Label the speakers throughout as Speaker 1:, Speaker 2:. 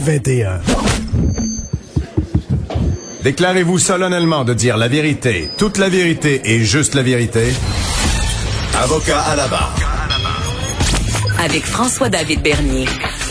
Speaker 1: 2021.
Speaker 2: Déclarez-vous solennellement de dire la vérité, toute la vérité et juste la vérité. Avocat à la barre.
Speaker 3: Avec François-David Bernier.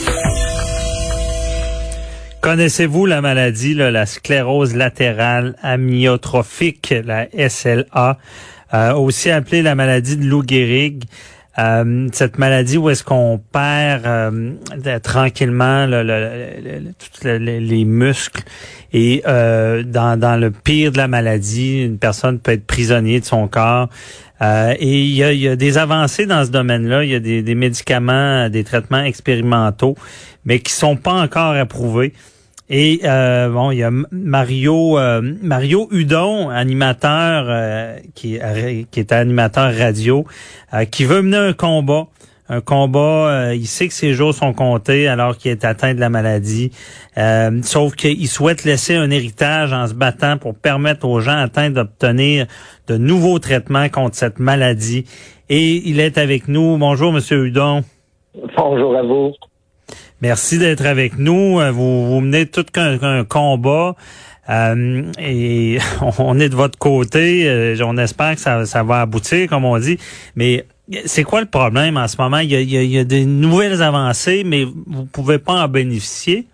Speaker 4: Connaissez-vous la maladie, la sclérose latérale amyotrophique, la SLA, aussi appelée la maladie de Lou Gehrig? Cette maladie où est-ce qu'on perd tranquillement tous les muscles et dans le pire de la maladie, une personne peut être prisonnier de son corps. Et il y a des avancées dans ce domaine-là. Il y a des médicaments, des traitements expérimentaux, mais qui sont pas encore approuvés. Et il y a Mario Hudon, animateur qui est animateur radio, qui veut mener un combat. Il sait que ses jours sont comptés alors qu'il est atteint de la maladie. Sauf qu'il souhaite laisser un héritage en se battant pour permettre aux gens atteints d'obtenir de nouveaux traitements contre cette maladie. Et il est avec nous. Bonjour, Monsieur Hudon.
Speaker 5: Bonjour à vous.
Speaker 4: Merci d'être avec nous. Vous menez tout un combat et on est de votre côté. On espère que ça va aboutir, comme on dit. Mais c'est quoi le problème en ce moment? Il y a des nouvelles avancées, mais vous pouvez pas en bénéficier?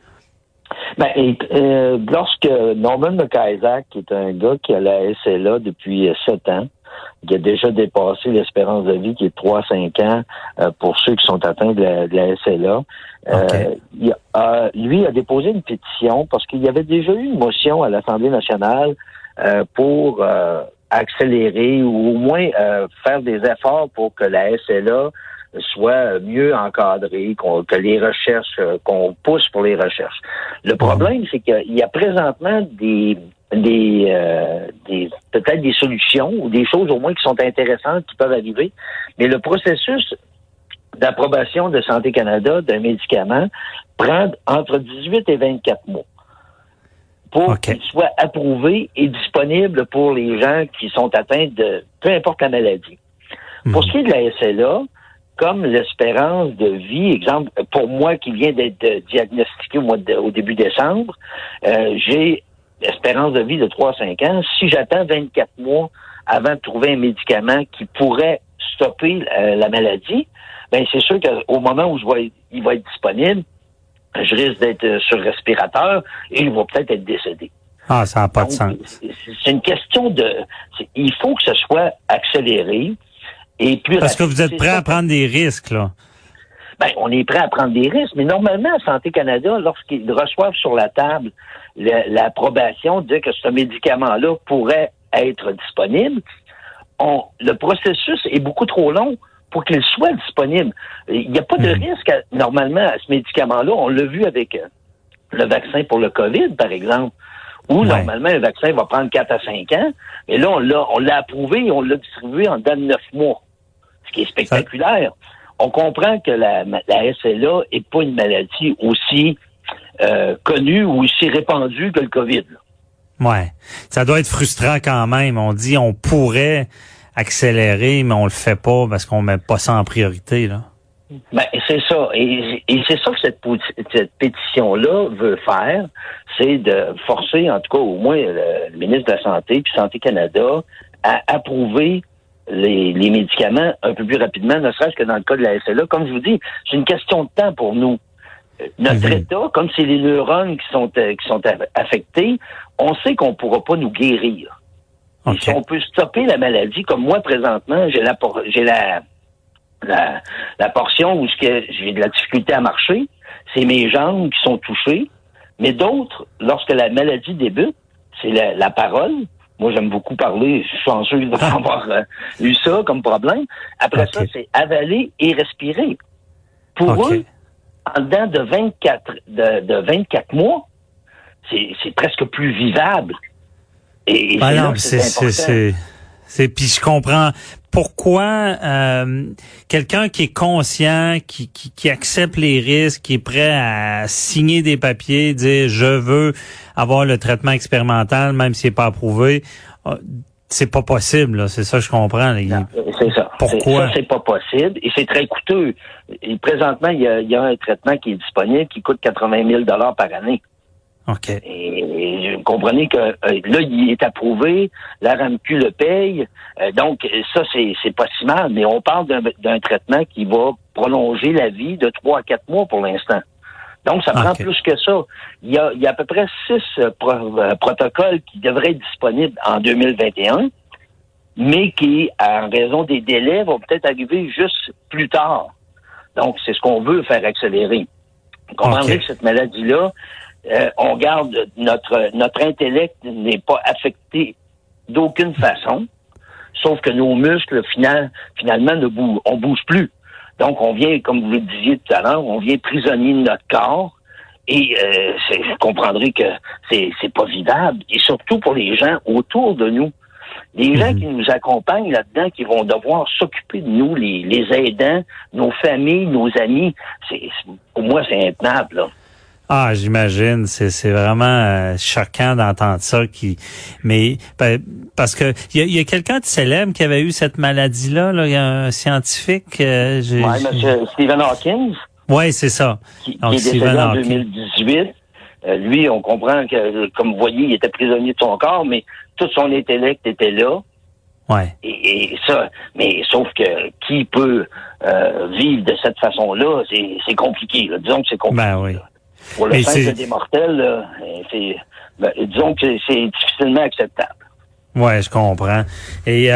Speaker 5: Lorsque Norman McIsaac, qui est un gars qui a la SLA depuis 7 ans, qui a déjà dépassé l'espérance de vie qui est de 3 à 5 ans pour ceux qui sont atteints de la SLA. Okay. Lui a déposé une pétition parce qu'il y avait déjà eu une motion à l'Assemblée nationale pour accélérer ou au moins faire des efforts pour que la SLA soit mieux encadrée, que les recherches, qu'on pousse pour les recherches. Le problème, c'est qu'il y a présentement peut-être des solutions ou des choses au moins qui sont intéressantes qui peuvent arriver, mais le processus d'approbation de Santé Canada d'un médicament prend entre 18 et 24 mois pour qu'il soit approuvé et disponible pour les gens qui sont atteints de peu importe la maladie. Pour ce qui est de la SLA, comme l'espérance de vie, exemple, pour moi qui vient d'être diagnostiqué au début décembre, j'ai espérance de vie de 3 à 5 ans. Si j'attends 24 mois avant de trouver un médicament qui pourrait stopper la maladie, ben c'est sûr qu'au moment où il va être disponible, je risque d'être sur respirateur et il va peut-être être décédé.
Speaker 4: Ah, ça n'a pas de sens.
Speaker 5: C'est une question il faut que ce soit accéléré et plus
Speaker 4: Parce que vous êtes prêt à prendre des risques, là.
Speaker 5: On est prêt à prendre des risques, mais normalement, Santé Canada, lorsqu'ils reçoivent sur la table l'approbation de dire que ce médicament-là pourrait être disponible, le processus est beaucoup trop long pour qu'il soit disponible. Il n'y a pas de risque, normalement, à ce médicament-là. On l'a vu avec le vaccin pour le COVID, par exemple, où normalement, le vaccin va prendre 4 à 5 ans, mais là, on l'a approuvé et on l'a distribué en dedans de 9 mois, ce qui est spectaculaire. On comprend que la SLA est pas une maladie aussi connue ou aussi répandue que le COVID.
Speaker 4: Ouais, ça doit être frustrant quand même. On dit on pourrait accélérer, mais on le fait pas parce qu'on met pas ça en priorité, là.
Speaker 5: C'est ça. Et c'est ça que cette pétition-là veut faire, c'est de forcer, en tout cas, au moins, le ministre de la Santé puis Santé Canada à approuver les médicaments un peu plus rapidement, ne serait-ce que dans le cas de la SLA. Comme je vous dis, c'est une question de temps pour nous. Notre état, comme c'est les neurones qui sont affectés, on sait qu'on pourra pas nous guérir. Okay. Et si on peut stopper la maladie, comme moi présentement, j'ai la portion où j'ai de la difficulté à marcher, c'est mes jambes qui sont touchées, mais d'autres, lorsque la maladie débute, c'est la parole. Moi, j'aime beaucoup parler. Je suis chanceux d'avoir eu ça comme problème. Après ça, c'est avaler et respirer. Pour eux, en dedans de 24 mois, c'est presque plus vivable. Et c'est là que c'est important.
Speaker 4: Puis je comprends pourquoi quelqu'un qui est conscient, qui accepte les risques, qui est prêt à signer des papiers, dire je veux avoir le traitement expérimental, même s'il n'est pas approuvé, c'est pas possible, là. C'est ça que je comprends.
Speaker 5: Non, c'est ça.
Speaker 4: Pourquoi?
Speaker 5: Ça, c'est pas possible et c'est très coûteux. Et présentement, il y a un traitement qui est disponible qui coûte 80 000 $ par année.
Speaker 4: OK.
Speaker 5: Et vous comprenez que là, il est approuvé, la RAMQ le paye, donc ça, c'est pas si mal, mais on parle d'un traitement qui va prolonger la vie de 3 à 4 mois pour l'instant. Donc, ça prend plus que ça. Il y a à peu près 6 protocoles qui devraient être disponibles en 2021, mais qui, en raison des délais, vont peut-être arriver juste plus tard. Donc, c'est ce qu'on veut faire accélérer. Vous comprendrez que cette maladie-là, on garde notre intellect n'est pas affecté d'aucune façon, sauf que nos muscles, finalement, on bouge plus. Donc, on vient, comme vous le disiez tout à l'heure, on vient prisonnier de notre corps et vous comprendrez que c'est pas vivable. Et surtout pour les gens autour de nous. Les gens qui nous accompagnent là-dedans, qui vont devoir s'occuper de nous, les aidants, nos familles, nos amis, pour moi, c'est intenable, là.
Speaker 4: Ah, j'imagine, c'est vraiment choquant d'entendre ça mais parce que il y a quelqu'un de célèbre qui avait eu cette maladie-là, il y a un scientifique
Speaker 5: monsieur Stephen Hawking.
Speaker 4: Oui, c'est ça.
Speaker 5: Qui est décédé en 2018. Lui, on comprend que, comme vous voyez, il était prisonnier de son corps, mais tout son intellect était là.
Speaker 4: Ouais.
Speaker 5: Et ça, mais sauf que qui peut vivre de cette façon-là, c'est compliqué. Là. Disons que c'est compliqué.
Speaker 4: Ben oui.
Speaker 5: Là. Pour le simple des mortels, là, disons que c'est difficilement acceptable.
Speaker 4: Ouais, je comprends. Et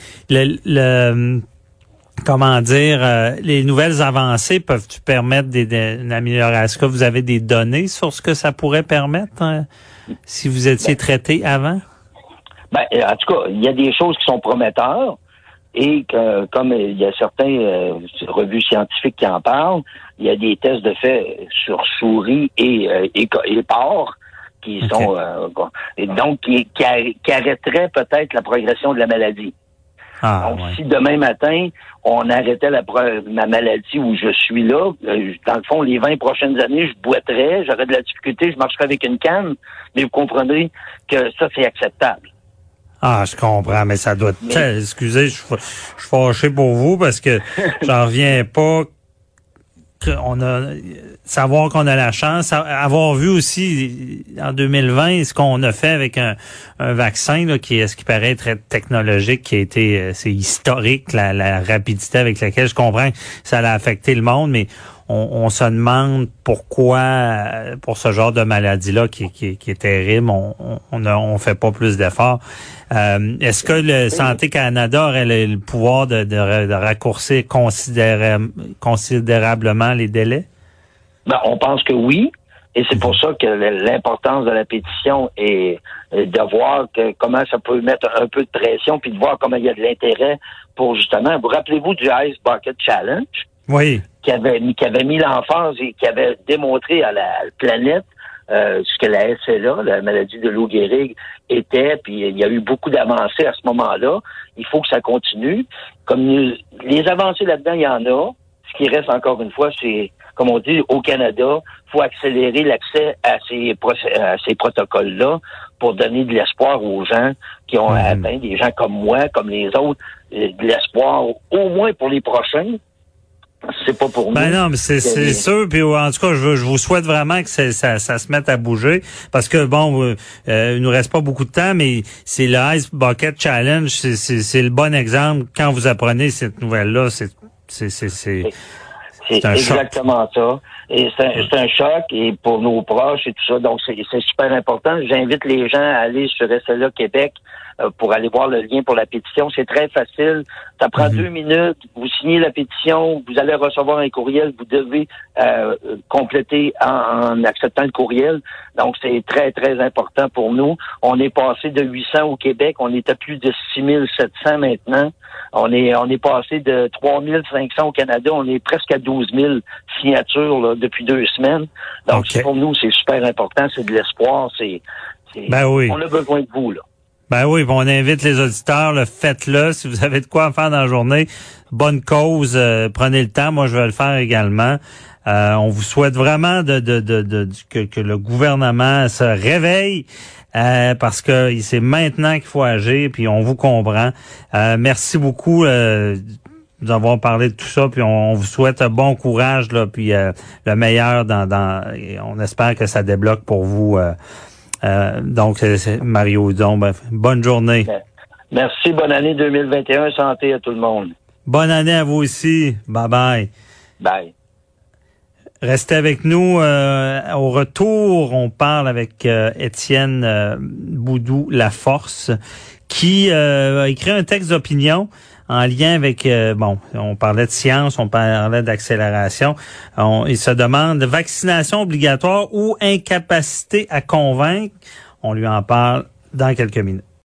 Speaker 4: comment dire, les nouvelles avancées peuvent-tu permettre une amélioration? Est-ce que vous avez des données sur ce que ça pourrait permettre si vous étiez traité avant?
Speaker 5: En tout cas, il y a des choses qui sont prometteurs. Et que, comme il y a certains revues scientifiques qui en parlent, il y a des tests de fait sur souris et porcs qui sont et donc qui arrêteraient peut-être la progression de la maladie. Donc, si demain matin, on arrêtait ma maladie où je suis là, dans le fond, les 20 prochaines années, je boiterais, j'aurais de la difficulté, je marcherais avec une canne, mais vous comprendrez que ça, c'est acceptable.
Speaker 4: Ah, je comprends, mais ça doit être... Excusez, je suis fâché pour vous parce que j'en reviens pas savoir qu'on a la chance, avoir vu aussi en 2020 ce qu'on a fait avec un vaccin là, qui est ce qui paraît très technologique, qui a été c'est historique la rapidité avec laquelle je comprends que ça a affecté le monde, mais on se demande pourquoi pour ce genre de maladie-là qui est terrible, on fait pas plus d'efforts. Est-ce que le Santé Canada aurait le pouvoir de raccourcir considérablement les délais?
Speaker 5: On pense que oui. Et c'est pour ça que l'importance de la pétition est de voir comment ça peut mettre un peu de pression puis de voir comment il y a de l'intérêt pour justement... Vous rappelez-vous du Ice Bucket Challenge?
Speaker 4: Oui.
Speaker 5: Qui avait mis l'emphase et qui avait démontré à la planète ce que la SLA, la maladie de Lou Gehrig, était, puis il y a eu beaucoup d'avancées à ce moment-là. Il faut que ça continue. Comme les avancées là-dedans, il y en a. Ce qui reste encore une fois, c'est, comme on dit, au Canada, il faut accélérer l'accès à ces protocoles-là pour donner de l'espoir aux gens qui ont atteint, des gens comme moi, comme les autres, de l'espoir, au moins pour les prochains. C'est pas pour nous.
Speaker 4: Non, mais c'est sûr. Puis en tout cas, je vous souhaite vraiment que ça se mette à bouger, parce que il nous reste pas beaucoup de temps, mais c'est le Ice Bucket Challenge, c'est le bon exemple. Quand vous apprenez cette nouvelle-là, c'est un
Speaker 5: exactement ça. Et c'est un choc, et pour nos proches et tout ça. Donc c'est super important. J'invite les gens à aller sur SLA Québec pour aller voir le lien pour la pétition. C'est très facile. Ça prend 2 minutes. Vous signez la pétition. Vous allez recevoir un courriel. Vous devez compléter en acceptant le courriel. Donc, c'est très, très important pour nous. On est passé de 800 au Québec. On est à plus de 6700 maintenant. On est passé de 3500 au Canada. On est presque à 12 000 signatures là, depuis 2 semaines. Donc, pour nous, c'est super important. C'est de l'espoir.
Speaker 4: Oui.
Speaker 5: On a besoin de vous, là.
Speaker 4: Ben oui, on invite les auditeurs, faites-le. Si vous avez de quoi faire dans la journée, bonne cause, prenez le temps. Moi, je vais le faire également. On vous souhaite vraiment que le gouvernement se réveille parce que c'est maintenant qu'il faut agir, puis on vous comprend. Merci beaucoup nous avons parlé de tout ça, puis on vous souhaite bon courage, là, puis le meilleur et on espère que ça débloque pour vous. Donc, c'est Mario Hudon, bonne journée.
Speaker 5: Merci, bonne année 2021, santé à tout le monde.
Speaker 4: Bonne année à vous aussi. Bye bye.
Speaker 5: Bye.
Speaker 4: Restez avec nous. Au retour, on parle avec Étienne Boudou Laforce, qui a écrit un texte d'opinion en lien avec, on parlait de science, on parlait d'accélération. Il se demande vaccination obligatoire ou incapacité à convaincre. On lui en parle dans quelques minutes.